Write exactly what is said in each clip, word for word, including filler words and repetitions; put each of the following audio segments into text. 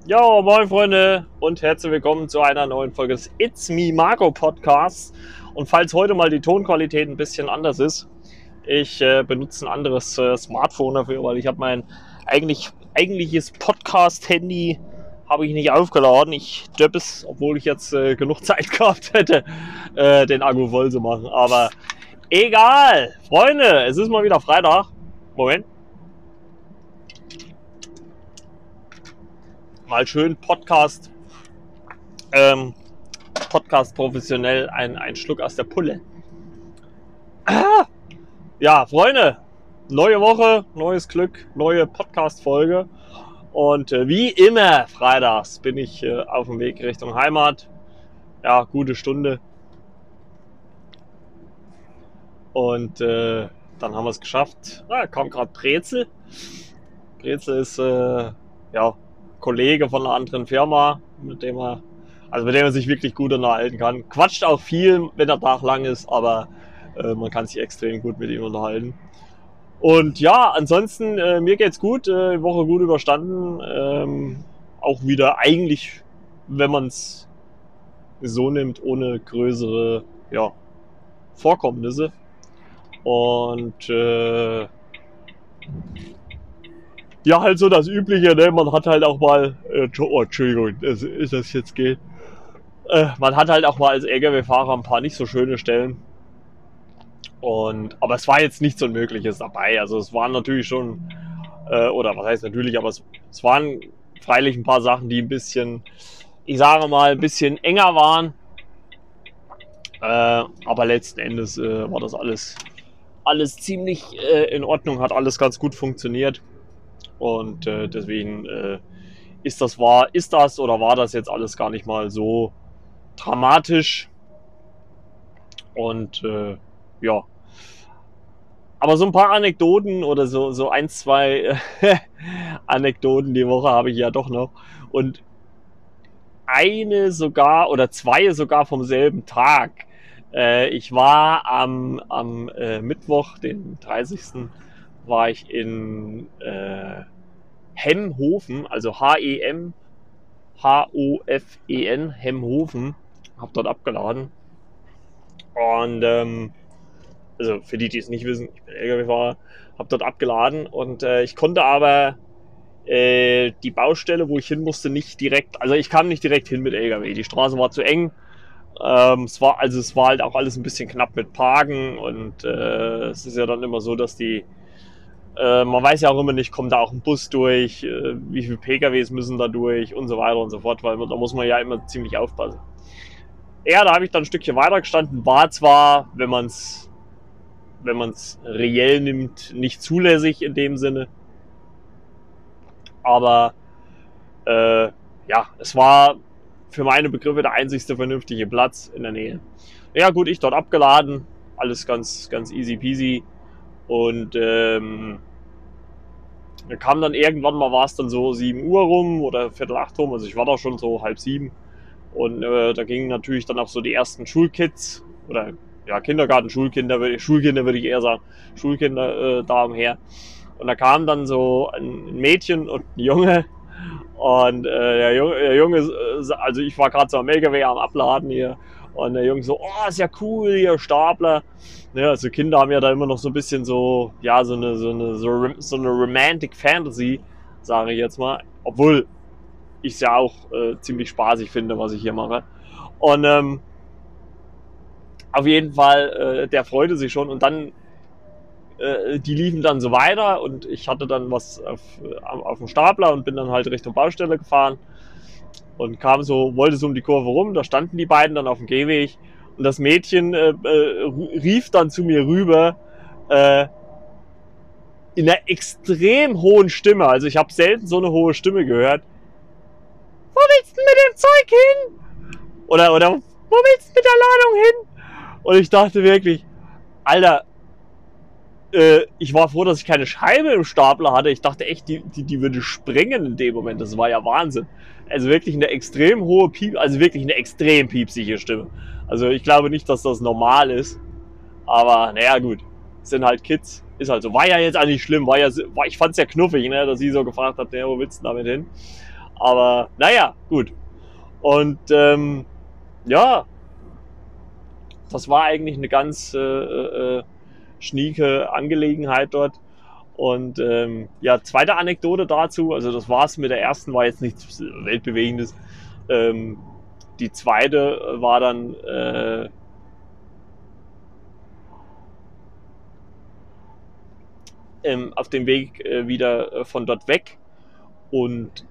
Jo, moin Freunde und herzlich willkommen zu einer neuen Folge des It's Me Marco Podcasts. Und falls heute mal die Tonqualität ein bisschen anders ist, ich äh, benutze ein anderes äh, Smartphone dafür, weil ich habe mein eigentlich, eigentliches Podcast-Handy habe ich nicht aufgeladen. Ich döpp es, obwohl ich jetzt äh, genug Zeit gehabt hätte, äh, den Akku voll zu machen. Aber egal, Freunde, es ist mal wieder Freitag. Moment. Mal schön Podcast, ähm, Podcast professionell, ein, ein Schluck aus der Pulle. Ah, ja, Freunde, neue Woche, neues Glück, neue Podcast-Folge. Und äh, wie immer, freitags bin ich äh, auf dem Weg Richtung Heimat. Ja, gute Stunde. Und äh, dann haben wir es geschafft. Da kam gerade Brezel. Brezel ist, äh, ja, Kollege von einer anderen Firma, mit dem er, also mit dem er sich wirklich gut unterhalten kann. Quatscht auch viel, wenn der Tag lang ist, aber äh, man kann sich extrem gut mit ihm unterhalten. Und ja, ansonsten, äh, mir geht's gut, äh, Woche gut überstanden. Ähm, auch wieder eigentlich, wenn man es so nimmt, ohne größere ja, Vorkommnisse. Und äh, ja, halt so das Übliche, ne? Man hat halt auch mal, äh, oh, Entschuldigung, ist, ist das jetzt geht. Äh, man hat halt auch mal als L K W-Fahrer ein paar nicht so schöne Stellen. Und, aber es war jetzt nichts Unmögliches dabei. Also es waren natürlich schon, äh, oder was heißt natürlich, aber es, es waren freilich ein paar Sachen, die ein bisschen, ich sage mal, ein bisschen enger waren. Äh, aber letzten Endes äh, war das alles, alles ziemlich äh, in Ordnung, hat alles ganz gut funktioniert. Und äh, deswegen äh, ist das war, ist das oder war das jetzt alles gar nicht mal so dramatisch. Und äh, ja. Aber so ein paar Anekdoten oder so, so ein, zwei äh, Anekdoten die Woche habe ich ja doch noch. Und eine sogar oder zwei sogar vom selben Tag. Äh, ich war am, am äh, Mittwoch, den dreißigsten war ich in äh, Hemhofen, also H E M H O F E N, Hemhofen, hab dort abgeladen. Und ähm, also für die, die es nicht wissen, ich bin L K W-Fahrer, hab dort abgeladen und äh, ich konnte aber äh, die Baustelle, wo ich hin musste, nicht direkt, also ich kam nicht direkt hin mit L K W. Die Straße war zu eng. Ähm, es war, also es war halt auch alles ein bisschen knapp mit Parken und äh, es ist ja dann immer so, dass die Äh, man weiß ja auch immer nicht, kommt da auch ein Bus durch, äh, wie viele P K Ws müssen da durch und so weiter und so fort, weil man, da muss man ja immer ziemlich aufpassen. Ja, da habe ich dann ein Stückchen weiter gestanden, war zwar, wenn man es wenn man es reell nimmt, nicht zulässig in dem Sinne, aber äh, ja, es war für meine Begriffe der einzigste vernünftige Platz in der Nähe. Ja gut, ich dort abgeladen, alles ganz, ganz easy peasy. Und ähm, kam dann irgendwann mal, war es dann so sieben Uhr rum oder viertel acht rum, also ich war da schon so halb sieben. Und äh, da gingen natürlich dann auch so die ersten Schulkids oder ja Kindergarten, Schulkinder, Schulkinder würde ich eher sagen, Schulkinder äh, da umher. Und da kam dann so ein Mädchen und ein Junge. Und äh, der Junge, der Junge, also ich war gerade so am L K W am Abladen hier. Und der Junge so, oh, ist ja cool, hier Stapler. Ja, also Kinder haben ja da immer noch so ein bisschen so, ja, so eine, so eine, so, so eine Romantic Fantasy, sage ich jetzt mal. Obwohl ich es ja auch äh, ziemlich spaßig finde, was ich hier mache. Und ähm, auf jeden Fall, äh, der freute sich schon. Und dann, äh, die liefen dann so weiter. Und ich hatte dann was auf, auf dem Stapler und bin dann halt Richtung Baustelle gefahren. Und kam so, wollte so um die Kurve rum, da standen die beiden dann auf dem Gehweg und das Mädchen äh, äh, rief dann zu mir rüber äh, in einer extrem hohen Stimme, also ich habe selten so eine hohe Stimme gehört. Wo willst du mit dem Zeug hin? Oder, oder wo willst du mit der Ladung hin? Und ich dachte wirklich, Alter, äh, ich war froh, dass ich keine Scheibe im Stapler hatte. Ich dachte echt, die, die, die würde springen in dem Moment, das war ja Wahnsinn. Also wirklich eine extrem hohe Piep, also wirklich eine extrem piepsige Stimme. Also ich glaube nicht, dass das normal ist. Aber naja gut, sind halt Kids, ist halt so. War ja jetzt auch nicht schlimm, war ja, war, ich fand's ja knuffig, ne, dass sie so gefragt hat, ne, wo willst du damit hin? Aber naja, gut. Und ähm, ja, das war eigentlich eine ganz äh, äh, schnieke Angelegenheit dort. Und ähm, ja, zweite Anekdote dazu, also das war's mit der ersten, war jetzt nichts Weltbewegendes. Ähm, die zweite war dann äh, ähm, auf dem Weg äh, wieder äh, von dort weg. Und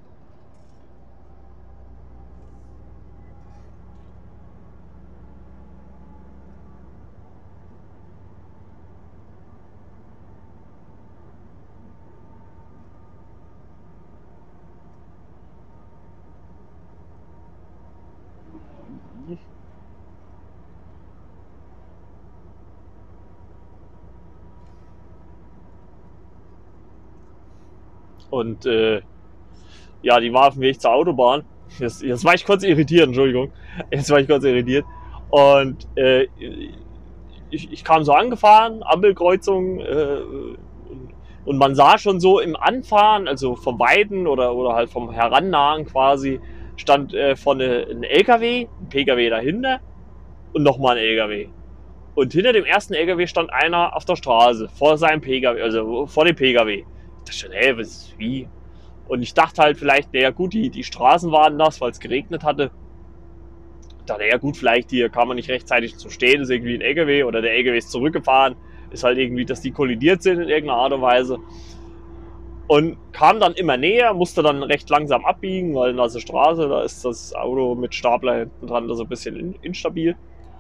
und äh, ja, die war auf dem Weg zur Autobahn. Jetzt, jetzt war ich kurz irritiert, Entschuldigung. Jetzt war ich kurz irritiert. Und äh, ich, ich kam so angefahren, Ampelkreuzung, äh, und, und man sah schon so im Anfahren, also vom Weiten oder, oder halt vom Herannahen quasi, stand äh, vorne ein L K W, ein P K W dahinter und nochmal ein L K W. Und hinter dem ersten L K W stand einer auf der Straße, vor seinem P K W, also vor dem P K W. Ich dachte schon, hey, was, wie? Und ich dachte halt vielleicht, naja gut, die, die Straßen waren nass, weil es geregnet hatte. Ich dachte, ja gut, vielleicht hier kann man nicht rechtzeitig zum Stehen, ist irgendwie ein L K W oder der L K W ist zurückgefahren. Ist halt irgendwie, dass die kollidiert sind in irgendeiner Art und Weise. Und kam dann immer näher, musste dann recht langsam abbiegen, weil nasse Straße, da ist das Auto mit Stapler hinten dran so ein bisschen instabil.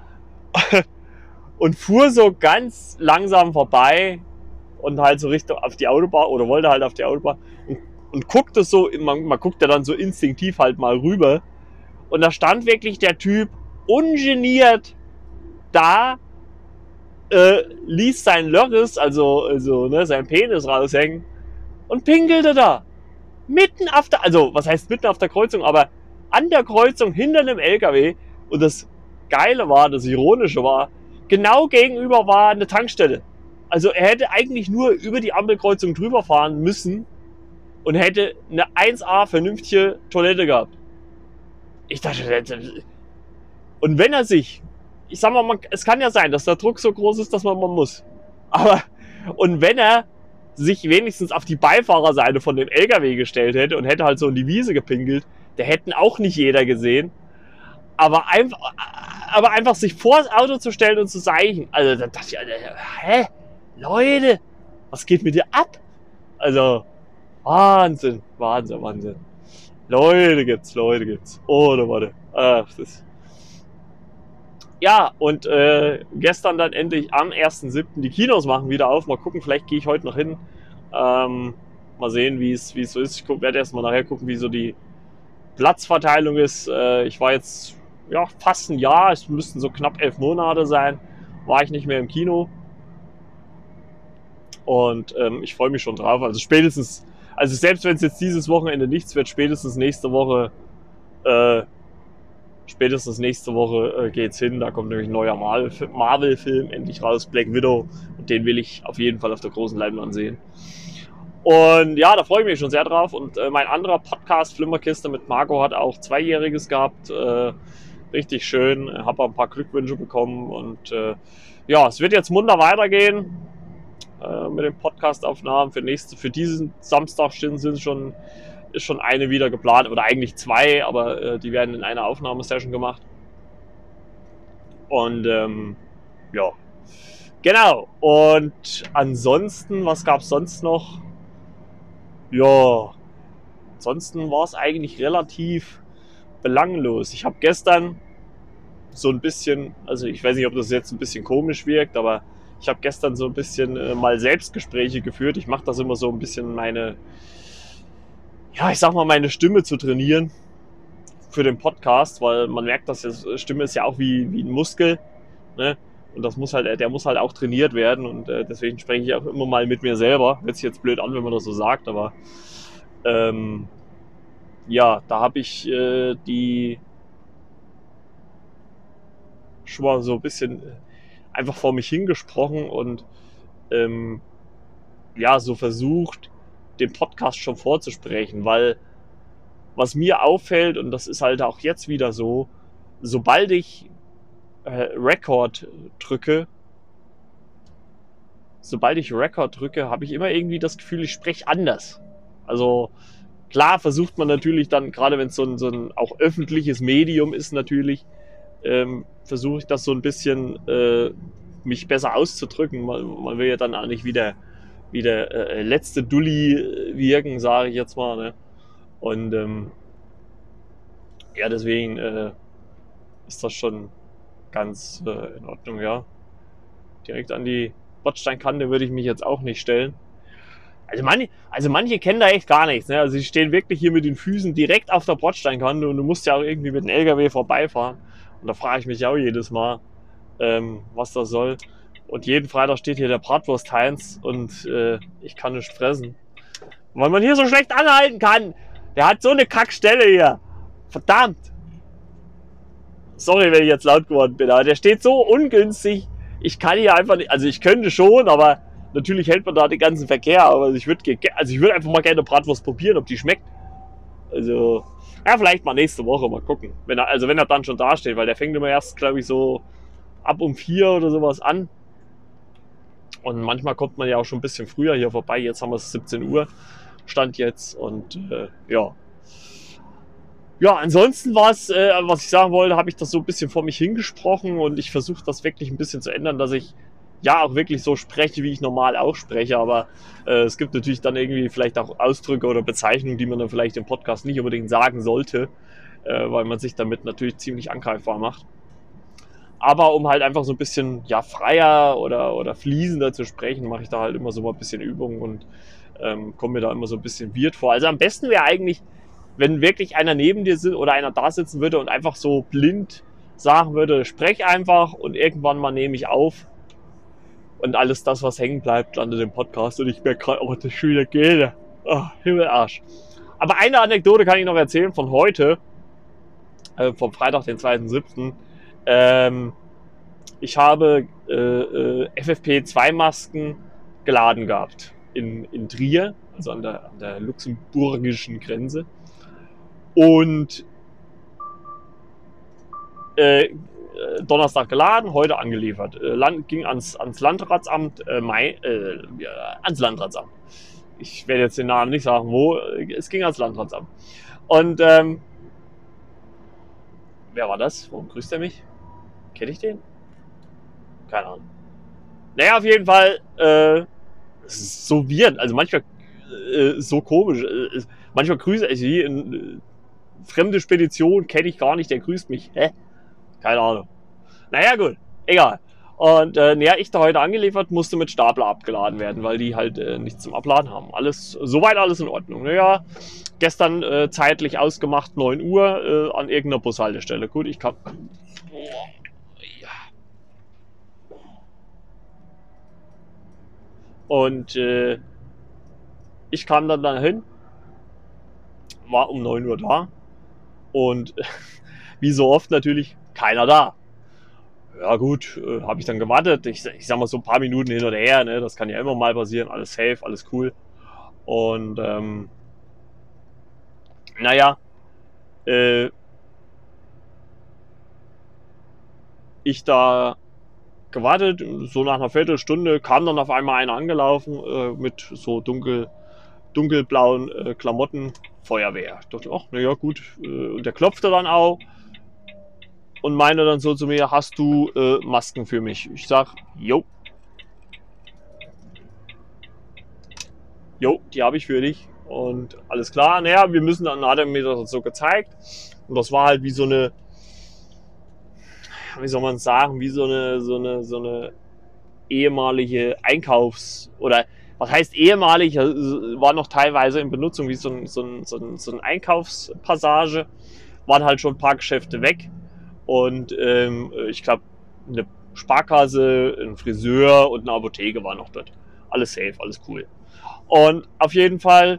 Und fuhr so ganz langsam vorbei und halt so Richtung auf die Autobahn oder wollte halt auf die Autobahn und, und guckte so, man, man guckt ja dann so instinktiv halt mal rüber und da stand wirklich der Typ ungeniert da, äh, ließ sein Lörres, also, also ne, sein Penis raushängen und pinkelte da. Mitten auf der, also was heißt mitten auf der Kreuzung, aber an der Kreuzung hinter einem L K W. Und das Geile war, das Ironische war, genau gegenüber war eine Tankstelle. Also er hätte eigentlich nur über die Ampelkreuzung drüber fahren müssen und hätte eine eins A vernünftige Toilette gehabt. Ich dachte, und wenn er sich, ich sag mal, man, es kann ja sein, dass der Druck so groß ist, dass man mal muss. Aber, und wenn er sich wenigstens auf die Beifahrerseite von dem L K W gestellt hätte und hätte halt so in die Wiese gepinkelt, der hätten auch nicht jeder gesehen. Aber einfach, aber einfach sich vor das Auto zu stellen und zu seichen, also da dachte ich, hä? Leute, was geht mit dir ab? Also, Wahnsinn, Wahnsinn, Wahnsinn. Leute gibt's, Leute gibt's. Oh, warte. Ach, das. Ja, und äh, gestern dann endlich am ersten siebten die Kinos machen wieder auf. Mal gucken, vielleicht gehe ich heute noch hin. Ähm, mal sehen, wie es so ist. Ich werde erst mal nachher gucken, wie so die Platzverteilung ist. Äh, ich war jetzt ja, fast ein Jahr, es müssten so knapp elf Monate sein, war ich nicht mehr im Kino. Und ähm, ich freue mich schon drauf. Also spätestens, also selbst wenn es jetzt dieses Wochenende nichts wird, spätestens nächste Woche, äh, spätestens nächste Woche äh, geht's hin. Da kommt nämlich ein neuer Marvel-Film endlich raus, Black Widow. Und den will ich auf jeden Fall auf der großen Leinwand sehen. Und ja, da freue ich mich schon sehr drauf. Und äh, mein anderer Podcast, Flimmerkiste mit Marco, hat auch Zweijähriges gehabt. Äh, richtig schön. Habe ein paar Glückwünsche bekommen. Und äh, ja, es wird jetzt munter weitergehen äh, mit den Podcast-Aufnahmen. Für, nächste, für diesen Samstag sind schon, ist schon eine wieder geplant. Oder eigentlich zwei, aber äh, die werden in einer Aufnahmesession gemacht. Und ähm, ja, genau. Und ansonsten, was gab es sonst noch? Ja, ansonsten war es eigentlich relativ belanglos. Ich habe gestern so ein bisschen, also ich weiß nicht, ob das jetzt ein bisschen komisch wirkt, aber ich habe gestern so ein bisschen äh, mal Selbstgespräche geführt. Ich mache das immer so ein bisschen meine, ja, ich sag mal, meine Stimme zu trainieren für den Podcast, weil man merkt, dass das Stimme ist ja auch wie, wie ein Muskel, ne? Und das muss halt, der muss halt auch trainiert werden und äh, deswegen spreche ich auch immer mal mit mir selber. Hört sich jetzt blöd an, wenn man das so sagt, aber ähm, ja, da habe ich äh, die schon mal so ein bisschen einfach vor mich hingesprochen und ähm, ja, so versucht, den Podcast schon vorzusprechen, weil was mir auffällt, und das ist halt auch jetzt wieder so, sobald ich äh, Record drücke, sobald ich Record drücke, habe ich immer irgendwie das Gefühl, ich spreche anders. Also klar versucht man natürlich dann, gerade wenn es so ein, so ein auch öffentliches Medium ist natürlich, ähm, versuche ich das so ein bisschen, äh, mich besser auszudrücken. Man, man will ja dann auch nicht wieder wie der äh, letzte Dulli wirken, sage ich jetzt mal. Ne? Und ähm, ja, deswegen äh, ist das schon ganz äh, in Ordnung, ja. Direkt an die Bordsteinkante würde ich mich jetzt auch nicht stellen. Also manche, also manche kennen da echt gar nichts. Ne? Also sie stehen wirklich hier mit den Füßen direkt auf der Bordsteinkante und du musst ja auch irgendwie mit dem L K W vorbeifahren. Und da frage ich mich auch jedes Mal, ähm, was das soll. Und jeden Freitag steht hier der Bratwurst Heinz und äh, ich kann nicht fressen. Weil man hier so schlecht anhalten kann. Der hat so eine Kackstelle hier. Verdammt. Sorry, wenn ich jetzt laut geworden bin, aber der steht so ungünstig. Ich kann hier einfach nicht, also ich könnte schon, aber natürlich hält man da den ganzen Verkehr. Aber ich würde also ich würde einfach mal gerne Bratwurst probieren, ob die schmeckt. Also, ja, vielleicht mal nächste Woche mal gucken. Wenn er, also wenn er dann schon da steht, weil der fängt immer erst, glaube ich, so ab um vier oder sowas an. Und manchmal kommt man ja auch schon ein bisschen früher hier vorbei. Jetzt haben wir es siebzehn Uhr, Stand jetzt. Und äh, ja. Ja, ansonsten war es, äh, was ich sagen wollte, habe ich das so ein bisschen vor mich hingesprochen. Und ich versuche das wirklich ein bisschen zu ändern, dass ich ja auch wirklich so spreche, wie ich normal auch spreche. Aber äh, es gibt natürlich dann irgendwie vielleicht auch Ausdrücke oder Bezeichnungen, die man dann vielleicht im Podcast nicht unbedingt sagen sollte. Äh, weil man sich damit natürlich ziemlich angreifbar macht. Aber um halt einfach so ein bisschen ja, freier oder, oder fließender zu sprechen, mache ich da halt immer so mal ein bisschen Übung und ähm, komme mir da immer so ein bisschen weird vor. Also am besten wäre eigentlich, wenn wirklich einer neben dir sitzt oder einer da sitzen würde und einfach so blind sagen würde, sprech einfach und irgendwann mal nehme ich auf und alles das, was hängen bleibt, landet im Podcast und ich merke gerade, oh, das schon wieder geht. Oh, Himmelarsch. Aber eine Anekdote kann ich noch erzählen von heute, äh, vom Freitag, den zweiten siebten Ähm, ich habe äh, äh, F F P zwei Masken geladen gehabt in, in Trier, also an der, an der luxemburgischen Grenze. Und äh, Donnerstag geladen, heute angeliefert. Äh, Land, ging ans, ans Landratsamt, äh, Mai, äh, ja, ans Landratsamt. Ich werde jetzt den Namen nicht sagen, wo. Es ging ans Landratsamt. Und ähm, wer war das? Warum grüßt er mich? Kenne ich den? Keine Ahnung. Naja, auf jeden Fall, äh, es ist so weird, also manchmal äh, so komisch. Äh, manchmal grüße ich hier in äh, fremde Spedition, kenne ich gar nicht, der grüßt mich. Hä? Keine Ahnung. Naja, gut, egal. Und äh, naja, ich da heute angeliefert, musste mit Stapler abgeladen werden, weil die halt äh, nichts zum Abladen haben. Alles, soweit alles in Ordnung. Naja, gestern äh, zeitlich ausgemacht, neun Uhr äh, an irgendeiner Bushaltestelle. Gut, ich kann... Und äh, ich kam dann dahin, war um neun Uhr da und wie so oft natürlich keiner da. Ja gut, äh, habe ich dann gewartet. Ich, ich sag mal so ein paar Minuten hin oder her, ne? Das kann ja immer mal passieren. Alles safe, alles cool. Und ähm, naja, äh, ich da gewartet, so nach einer Viertelstunde kam dann auf einmal einer angelaufen äh, mit so dunkel, dunkelblauen äh, Klamotten, Feuerwehr. Ich dachte, ach, naja, gut. Äh, und der klopfte dann auch und meinte dann so zu mir, hast du äh, Masken für mich? Ich sag, jo. Jo, die habe ich für dich. Und alles klar, naja, wir müssen dann, hat er mir das so gezeigt. Und das war halt wie so eine, wie soll man sagen, wie so eine, so eine, so eine ehemalige Einkaufs- oder was heißt ehemalig, war noch teilweise in Benutzung, wie so ein, so ein, so ein, so ein Einkaufspassage, waren halt schon ein paar Geschäfte weg und ähm, ich glaube eine Sparkasse, ein Friseur und eine Apotheke waren noch dort. Alles safe, alles cool. Und auf jeden Fall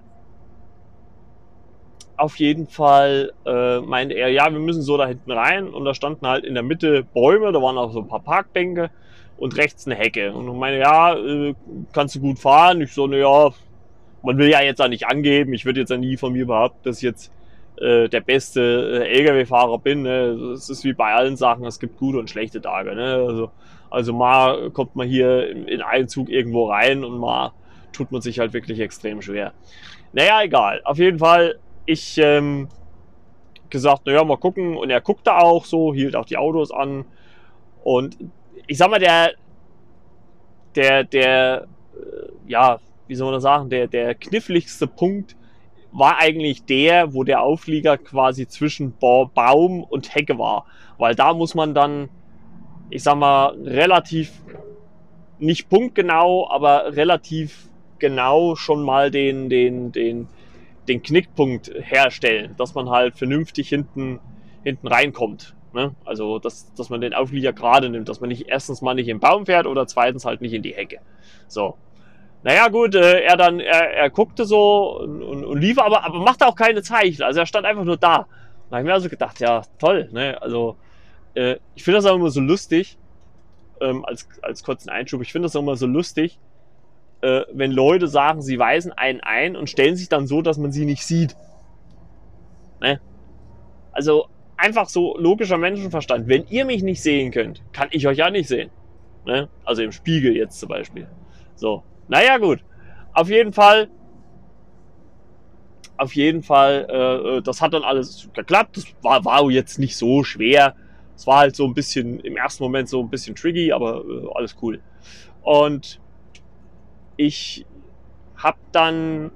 Auf jeden Fall äh, meinte er, ja, wir müssen so da hinten rein. Und da standen halt in der Mitte Bäume, da waren auch so ein paar Parkbänke und rechts eine Hecke. Und ich meine, ja, äh, kannst du gut fahren? Ich so, naja, man will ja jetzt auch nicht angeben. Ich würde jetzt ja nie von mir behaupten, dass ich jetzt äh, der beste äh, L K W-Fahrer bin. Ne? Es ist wie bei allen Sachen, es gibt gute und schlechte Tage. Ne? Also, also mal kommt man hier in, in einen Zug irgendwo rein und mal tut man sich halt wirklich extrem schwer. Naja, egal. Auf jeden Fall, ich ähm, gesagt, naja, mal gucken. Und er guckte auch so, hielt auch die Autos an. Und ich sag mal, der, der, der, äh, ja, wie soll man das sagen, der, der kniffligste Punkt war eigentlich der, wo der Auflieger quasi zwischen Baum und Hecke war. Weil da muss man dann, ich sag mal, relativ, nicht punktgenau, aber relativ genau schon mal den, den, den, den Knickpunkt herstellen, dass man halt vernünftig hinten, hinten reinkommt. Ne? Also, dass, dass man den Auflieger gerade nimmt, dass man nicht erstens mal nicht im Baum fährt oder zweitens halt nicht in die Hecke. So. Naja, gut, äh, er dann, er, er guckte so und, und, und lief, aber, aber machte auch keine Zeichen. Also, er stand einfach nur da. Da habe ich mir also gedacht, ja, toll, ne? Also, äh, ich finde das auch immer so lustig, ähm, als, als kurzen Einschub, ich finde das auch immer so lustig, äh, wenn Leute sagen, sie weisen einen ein und stellen sich dann so, dass man sie nicht sieht. Ne? Also, einfach so logischer Menschenverstand. Wenn ihr mich nicht sehen könnt, kann ich euch ja nicht sehen. Ne? Also im Spiegel jetzt zum Beispiel. So, naja gut. Auf jeden Fall, auf jeden Fall, äh, das hat dann alles geklappt. Das war, war jetzt nicht so schwer. Es war halt so ein bisschen, im ersten Moment so ein bisschen tricky, aber äh, alles cool. Und ich habe dann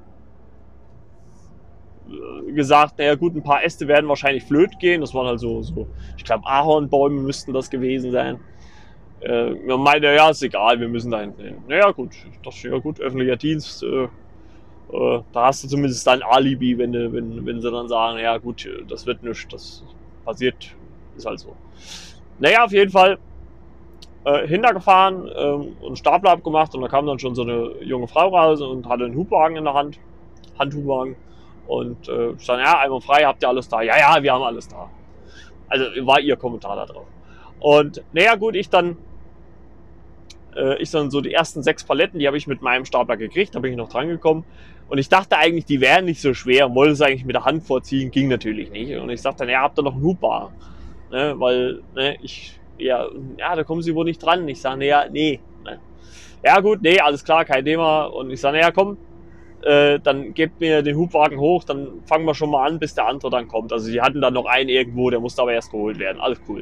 gesagt, naja gut, ein paar Äste werden wahrscheinlich flöten gehen. Das waren halt so, so ich glaube Ahornbäume müssten das gewesen sein. Äh, wir meinen, ja, ist egal, wir müssen da hinten hin. Naja gut, das ist ja gut, öffentlicher Dienst. Äh, äh, da hast du zumindest dein Alibi, wenn, du, wenn, wenn sie dann sagen, ja gut, das wird nichts, das passiert, ist halt so. Naja, auf jeden Fall äh, hintergefahren äh, und Stapler abgemacht und da kam dann schon so eine junge Frau raus und hatte einen Hubwagen in der Hand, Handhubwagen. Und äh, ich sage, ja, einmal frei, habt ihr alles da? Ja, ja, wir haben alles da. Also war ihr Kommentar da drauf. Und naja, gut, ich dann, äh, ich dann so die ersten sechs Paletten, die habe ich mit meinem Stapler gekriegt, da bin ich noch dran gekommen. Und ich dachte eigentlich, die wären nicht so schwer und wollte es eigentlich mit der Hand vorziehen, ging natürlich nicht. Und ich sagte dann, ja, habt ihr noch einen Hubwagen? Ne, weil, ne, ich, ja, ja, da kommen sie wohl nicht dran. Ich sage, naja, nee. Ne. Ja gut, nee, alles klar, kein Thema. Und ich sage, naja, komm, Äh, dann gebt mir den Hubwagen hoch, dann fangen wir schon mal an, bis der andere dann kommt. Also die hatten dann noch einen irgendwo, der musste aber erst geholt werden. Alles cool.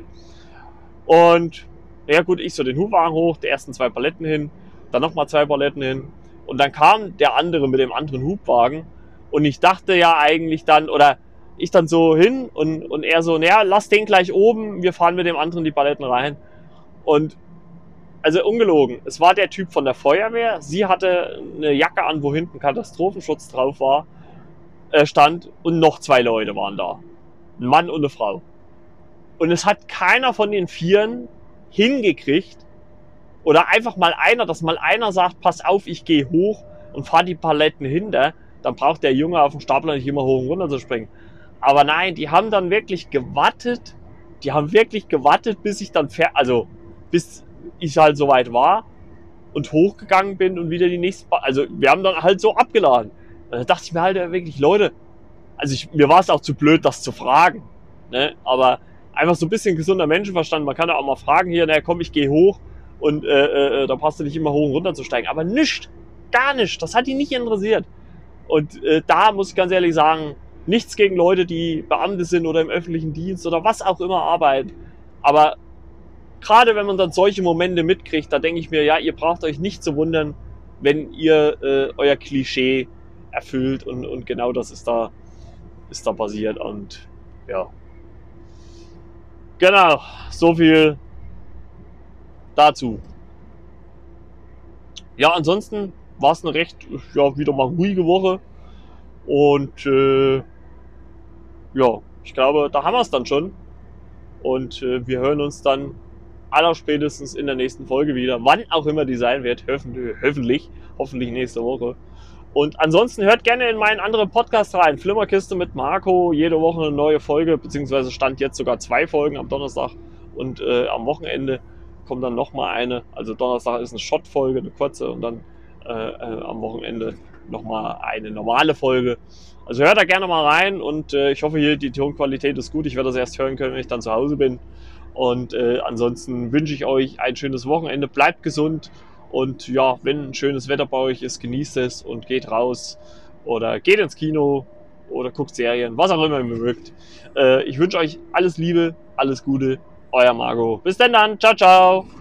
Und ja gut, ich so den Hubwagen hoch, die ersten zwei Paletten hin, dann nochmal zwei Paletten hin. Und dann kam der andere mit dem anderen Hubwagen und ich dachte ja eigentlich dann, oder ich dann so hin und, und er so, naja, lass den gleich oben, wir fahren mit dem anderen die Paletten rein. Und also ungelogen, es war der Typ von der Feuerwehr. Sie hatte eine Jacke an, wo hinten Katastrophenschutz drauf war, äh, stand und noch zwei Leute waren da. Ein Mann und eine Frau. Und es hat keiner von den Vieren hingekriegt oder einfach mal einer, dass mal einer sagt, pass auf, ich gehe hoch und fahre die Paletten hinter. Dann braucht der Junge auf dem Stapler nicht immer hoch und runter zu springen. Aber nein, die haben dann wirklich gewartet. Die haben wirklich gewartet, bis ich dann fer also bis ich halt soweit war und hochgegangen bin und wieder die nächste, ba also wir haben dann halt so abgeladen. Da dachte ich mir halt wirklich, Leute, also ich, mir war es auch zu blöd, das zu fragen, ne? Aber einfach so ein bisschen gesunder Menschenverstand, man kann ja auch mal fragen hier, na komm, ich gehe hoch und äh, äh, da passt du nicht immer hoch und runter zu steigen, aber nichts, gar nichts, das hat die nicht interessiert. Und äh, da muss ich ganz ehrlich sagen, nichts gegen Leute, die Beamte sind oder im öffentlichen Dienst oder was auch immer arbeiten, aber gerade wenn man dann solche Momente mitkriegt, da denke ich mir, ja, ihr braucht euch nicht zu wundern, wenn ihr äh, euer Klischee erfüllt und, und genau das ist da, ist da passiert und ja. Genau, so viel dazu. Ja, ansonsten war es eine recht, ja, wieder mal ruhige Woche und äh, ja, ich glaube, da haben wir es dann schon und äh, wir hören uns dann allerspätestens in der nächsten Folge wieder, wann auch immer die sein wird, hoffentlich, hoffentlich, hoffentlich nächste Woche. Und ansonsten hört gerne in meinen anderen Podcast rein, Flimmerkiste mit Marco, jede Woche eine neue Folge, beziehungsweise stand jetzt sogar zwei Folgen am Donnerstag und äh, am Wochenende kommt dann nochmal eine, also Donnerstag ist eine Shot-Folge, eine kurze und dann äh, äh, am Wochenende nochmal eine normale Folge. Also hört da gerne mal rein und äh, ich hoffe, hier die Tonqualität ist gut. Ich werde das erst hören können, wenn ich dann zu Hause bin. Und äh, ansonsten wünsche ich euch ein schönes Wochenende. Bleibt gesund und ja, wenn ein schönes Wetter bei euch ist, genießt es und geht raus oder geht ins Kino oder guckt Serien, was auch immer ihr mögt. Äh, ich wünsche euch alles Liebe, alles Gute. Euer Marco. Bis denn dann. Ciao, ciao.